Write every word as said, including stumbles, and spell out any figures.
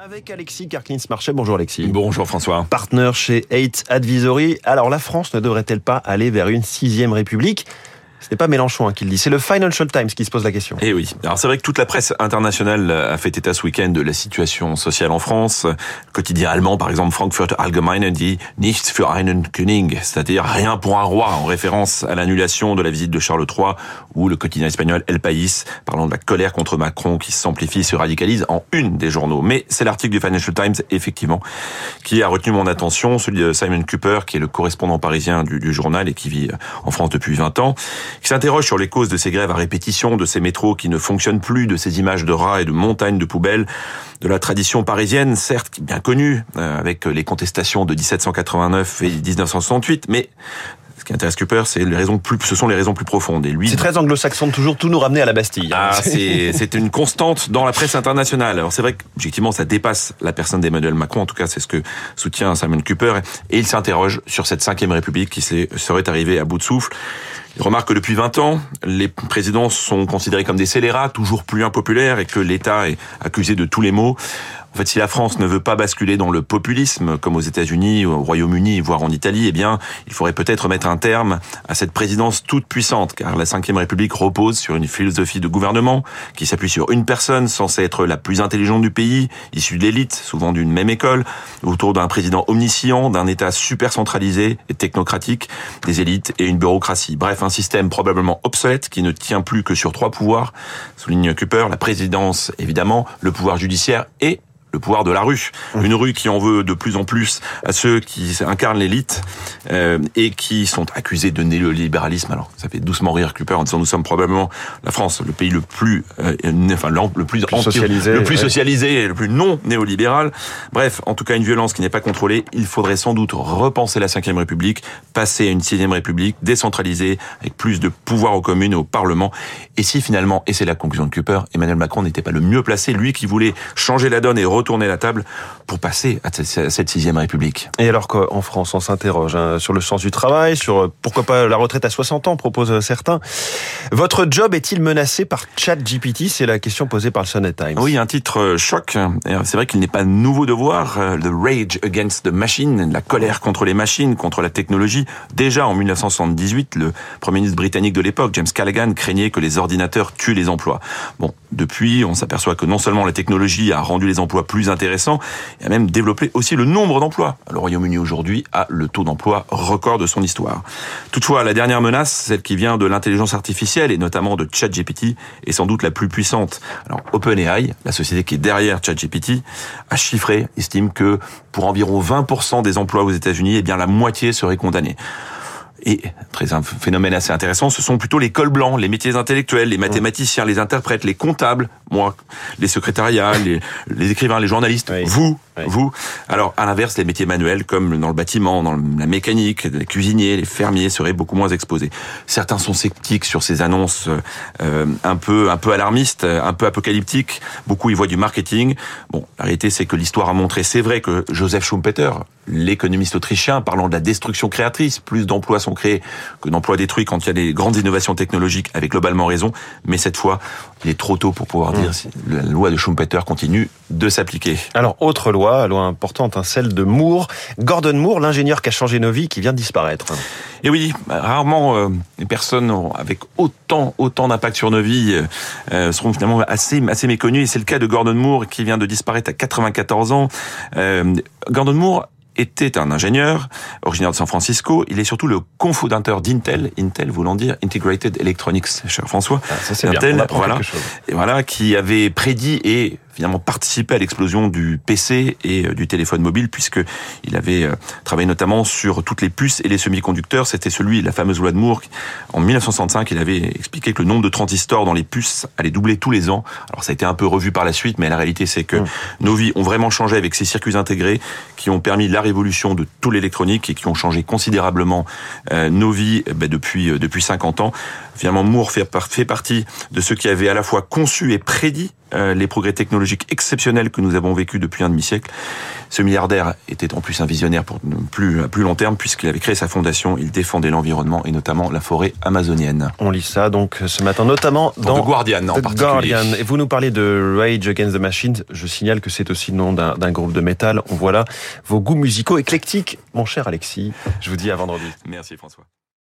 Avec Alexis Karklins-Marchais. Bonjour Alexis. Bonjour François. Partner chez Eight Advisory. Alors la France ne devrait-elle pas aller vers une sixième république ? Ce n'est pas Mélenchon hein, qui le dit, c'est le Financial Times qui se pose la question. Eh oui, alors c'est vrai que toute la presse internationale a fait état ce week-end de la situation sociale en France. Le quotidien allemand, par exemple, Frankfurter Allgemeine dit « Nichts für einen König », c'est-à-dire « rien pour un roi », en référence à l'annulation de la visite de Charles trois, ou le quotidien espagnol El País, parlant de la colère contre Macron qui s'amplifie et se radicalise en une des journaux. Mais c'est l'article du Financial Times, effectivement, qui a retenu mon attention, celui de Simon Kuper, qui est le correspondant parisien du, du journal et qui vit en France depuis vingt ans, qui s'interroge sur les causes de ces grèves à répétition, de ces métros qui ne fonctionnent plus, de ces images de rats et de montagnes de poubelles, de la tradition parisienne, certes bien connue, euh, avec les contestations de dix-sept cent quatre-vingt-neuf et dix-neuf cent soixante-huit, mais ce qui intéresse Cooper, c'est les raisons plus, ce sont les raisons plus profondes. Et lui, c'est très anglo-saxon de toujours tout nous ramener à la Bastille. Ah, c'est, c'est une constante dans la presse internationale. Alors c'est vrai qu'objectivement, ça dépasse la personne d'Emmanuel Macron. En tout cas, c'est ce que soutient Simon Kuper. Et il s'interroge sur cette cinquième république qui serait arrivée à bout de souffle. Il remarque que depuis vingt ans, les présidents sont considérés comme des scélérats, toujours plus impopulaires, et que l'État est accusé de tous les maux. En fait, si la France ne veut pas basculer dans le populisme, comme aux États-Unis, au Royaume-Uni, voire en Italie, eh bien, il faudrait peut-être mettre un terme à cette présidence toute puissante, car la cinquième République repose sur une philosophie de gouvernement qui s'appuie sur une personne censée être la plus intelligente du pays, issue de l'élite, souvent d'une même école, autour d'un président omniscient, d'un État super centralisé et technocratique, des élites et une bureaucratie. Bref, un système probablement obsolète qui ne tient plus que sur trois pouvoirs, souligne Kuper, la présidence évidemment, le pouvoir judiciaire et le pouvoir de la rue. Une rue qui en veut de plus en plus à ceux qui incarnent l'élite euh, et qui sont accusés de néolibéralisme. Alors, ça fait doucement rire Kuper en disant nous sommes probablement la France, le pays le plus, euh, enfin le plus, plus socialisé, le plus ouais. socialisé et le plus non néolibéral. Bref, en tout cas, une violence qui n'est pas contrôlée. Il faudrait sans doute repenser la cinquième République, passer à une sixième République décentralisée avec plus de pouvoir aux communes et au Parlement. Et si finalement, et c'est la conclusion de Kuper, Emmanuel Macron n'était pas le mieux placé, lui qui voulait changer la donne et retourner la table pour passer à cette sixième République. Et alors qu'en France, on s'interroge hein, sur le sens du travail, sur pourquoi pas la retraite à soixante ans, proposent certains. Votre job est-il menacé par ChatGPT ? C'est la question posée par le Sunday Times. Oui, un titre choc. C'est vrai qu'il n'est pas nouveau de voir The Rage Against the Machine, la colère contre les machines, contre la technologie. Déjà en dix-neuf cent soixante-dix-huit, le Premier ministre britannique de l'époque, James Callaghan, craignait que les ordinateurs tuent les emplois. Bon, depuis, on s'aperçoit que non seulement la technologie a rendu les emplois plus intéressant et a même développé aussi le nombre d'emplois. Le Royaume-Uni aujourd'hui a le taux d'emploi record de son histoire. Toutefois, la dernière menace, celle qui vient de l'intelligence artificielle et notamment de ChatGPT, est sans doute la plus puissante. Alors, OpenAI, la société qui est derrière ChatGPT, a chiffré, estime que pour environ vingt pour cent des emplois aux États-Unis, eh bien la moitié serait condamnée. Et, très un phénomène assez intéressant, ce sont plutôt les cols blancs, les métiers intellectuels, les mathématiciens, les interprètes, les comptables, moi, les secrétariats, les, les écrivains, les journalistes, oui. vous, oui. vous. Alors, à l'inverse, les métiers manuels, comme dans le bâtiment, dans la mécanique, les cuisiniers, les fermiers, seraient beaucoup moins exposés. Certains sont sceptiques sur ces annonces euh, un peu, un peu alarmistes, un peu apocalyptiques. Beaucoup y voient du marketing. Bon, la réalité, c'est que l'histoire a montré, c'est vrai que Joseph Schumpeter, l'économiste autrichien, parlant de la destruction créatrice, plus d'emplois sont créés que d'emplois détruits quand il y a des grandes innovations technologiques, avait globalement raison. Mais cette fois, il est trop tôt pour pouvoir dire si la loi de Schumpeter continue de s'appliquer. Alors, autre loi, loi importante, hein, celle de Moore. Gordon Moore, l'ingénieur qui a changé nos vies, qui vient de disparaître. Et oui, rarement euh, les personnes avec autant autant d'impact sur nos vies euh, seront finalement assez assez méconnues. Et c'est le cas de Gordon Moore qui vient de disparaître à quatre-vingt-quatorze ans. Euh, Gordon Moore était un ingénieur originaire de San Francisco. Il est surtout le cofondateur d'Intel, Intel voulant dire Integrated Electronics, cher François. Ah, ça c'est Intel, bien, on apprend voilà, quelque chose. Et voilà, qui avait prédit et finalement participé à l'explosion du P C et du téléphone mobile, puisque il avait travaillé notamment sur toutes les puces et les semi-conducteurs. C'était celui, la fameuse loi de Moore. En dix-neuf cent soixante-cinq, il avait expliqué que le nombre de transistors dans les puces allait doubler tous les ans. Alors ça a été un peu revu par la suite, mais la réalité c'est que mmh. nos vies ont vraiment changé avec ces circuits intégrés qui ont permis la révolution de tout l'électronique et qui ont changé considérablement euh, nos vies bah, depuis euh, depuis cinquante ans. Finalement, Moore fait, fait partie de ceux qui avaient à la fois conçu et prédit euh, les progrès technologiques technologique exceptionnelle que nous avons vécue depuis un demi-siècle. Ce milliardaire était en plus un visionnaire pour plus, à plus long terme, puisqu'il avait créé sa fondation, il défendait l'environnement et notamment la forêt amazonienne. On lit ça donc ce matin, notamment dans, dans The Guardian en The particulier. Guardian. Et vous nous parlez de Rage Against the Machine. Je signale que c'est aussi le nom d'un, d'un groupe de métal. On voit là vos goûts musicaux éclectiques. Mon cher Alexis, je vous dis à vendredi. Merci François.